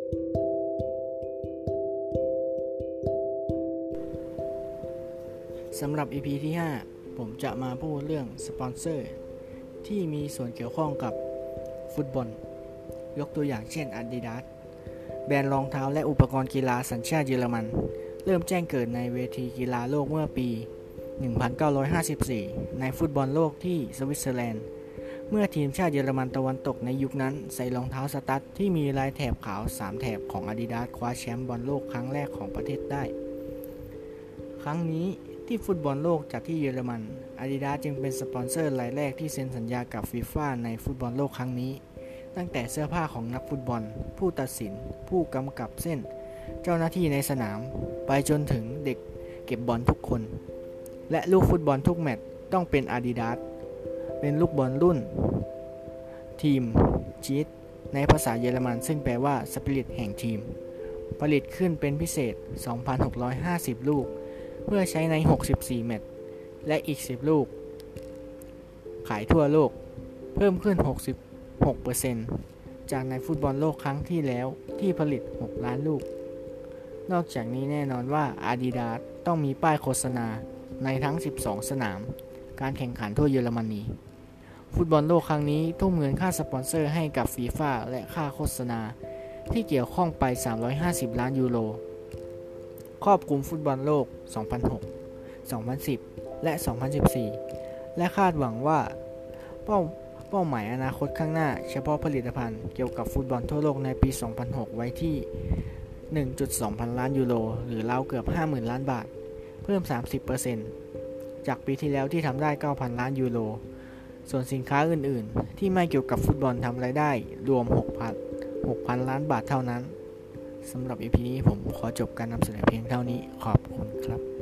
สำหรับ EP ที่ 5 ผมจะมาพูดเรื่องสปอนเซอร์ที่มีส่วนเกี่ยวข้องกับฟุตบอลยกตัวอย่างเช่น Adidas แบรนด์รองเท้าและอุปกรณ์กีฬาสัญชาติเยอรมันเริ่มแจ้งเกิดในเวทีกีฬาโลกเมื่อปี 1954 ในฟุตบอลโลกที่สวิตเซอร์แลนด์เมื่อทีมชาติเยอรมันตะวันตกในยุคนั้นใส่รองเท้าสตั๊ดที่มีลายแถบขาว3แถบของ Adidas คว้าแชมป์บอลโลกครั้งแรกของประเทศได้ครั้งนี้ที่ฟุตบอลโลกจัดที่เยอรมัน Adidas จึงเป็นสปอนเซอร์รายแรกที่เซ็นสัญญากับฟีฟ่าในฟุตบอลโลกครั้งนี้ตั้งแต่เสื้อผ้าของนักฟุตบอลผู้ตัดสินผู้กำกับเส้นเจ้าหน้าที่ในสนามไปจนถึงเด็กเก็บบอลทุกคนและลูกฟุตบอลทุกแมตช์ต้องเป็น Adidas เป็นลูกบอลรุ่นทีมจีตในภาษาเยอรมันซึ่งแปลว่าสปิริตแห่งทีมผลิตขึ้นเป็นพิเศษ 2,650 ลูกเพื่อใช้ใน64แมตช์และอีก10ลูกขายทั่วโลกเพิ่มขึ้น 66% จากในฟุตบอลโลกครั้งที่แล้วที่ผลิต6ล้านลูกนอกจากนี้แน่นอนว่า Adidas ต้องมีป้ายโฆษณาในทั้ง12สนามการแข่งขันทั่วเยอรมนีฟุตบอลโลกครั้งนี้ทุ่มเงินค่าสปอนเซอร์ให้กับฟีฟ่าและค่าโฆษณาที่เกี่ยวข้องไป350ล้านยูโรครอบคลุมฟุตบอลโลก 2006 2010 และ 2014 และคาดหวังว่าเป้าหมายอนาคตข้างหน้าเฉพาะผลิตภัณฑ์เกี่ยวกับฟุตบอลทั่วโลกในปี 2006 ไว้ที่ 1.2 พันล้านยูโรหรือราวเกือบ 50,000 ล้านบาทเพิ่ม 30% จากปีที่แล้วที่ทำได้ 9,000 ล้านยูโรส่วนสินค้าอื่นๆที่ไม่เกี่ยวกับฟุตบอลทำรายได้รวม 6,000 ล้านบาทเท่านั้นสำหรับ EP นี้ผมขอจบการนำเสนอเพียงเท่านี้ขอบคุณครับ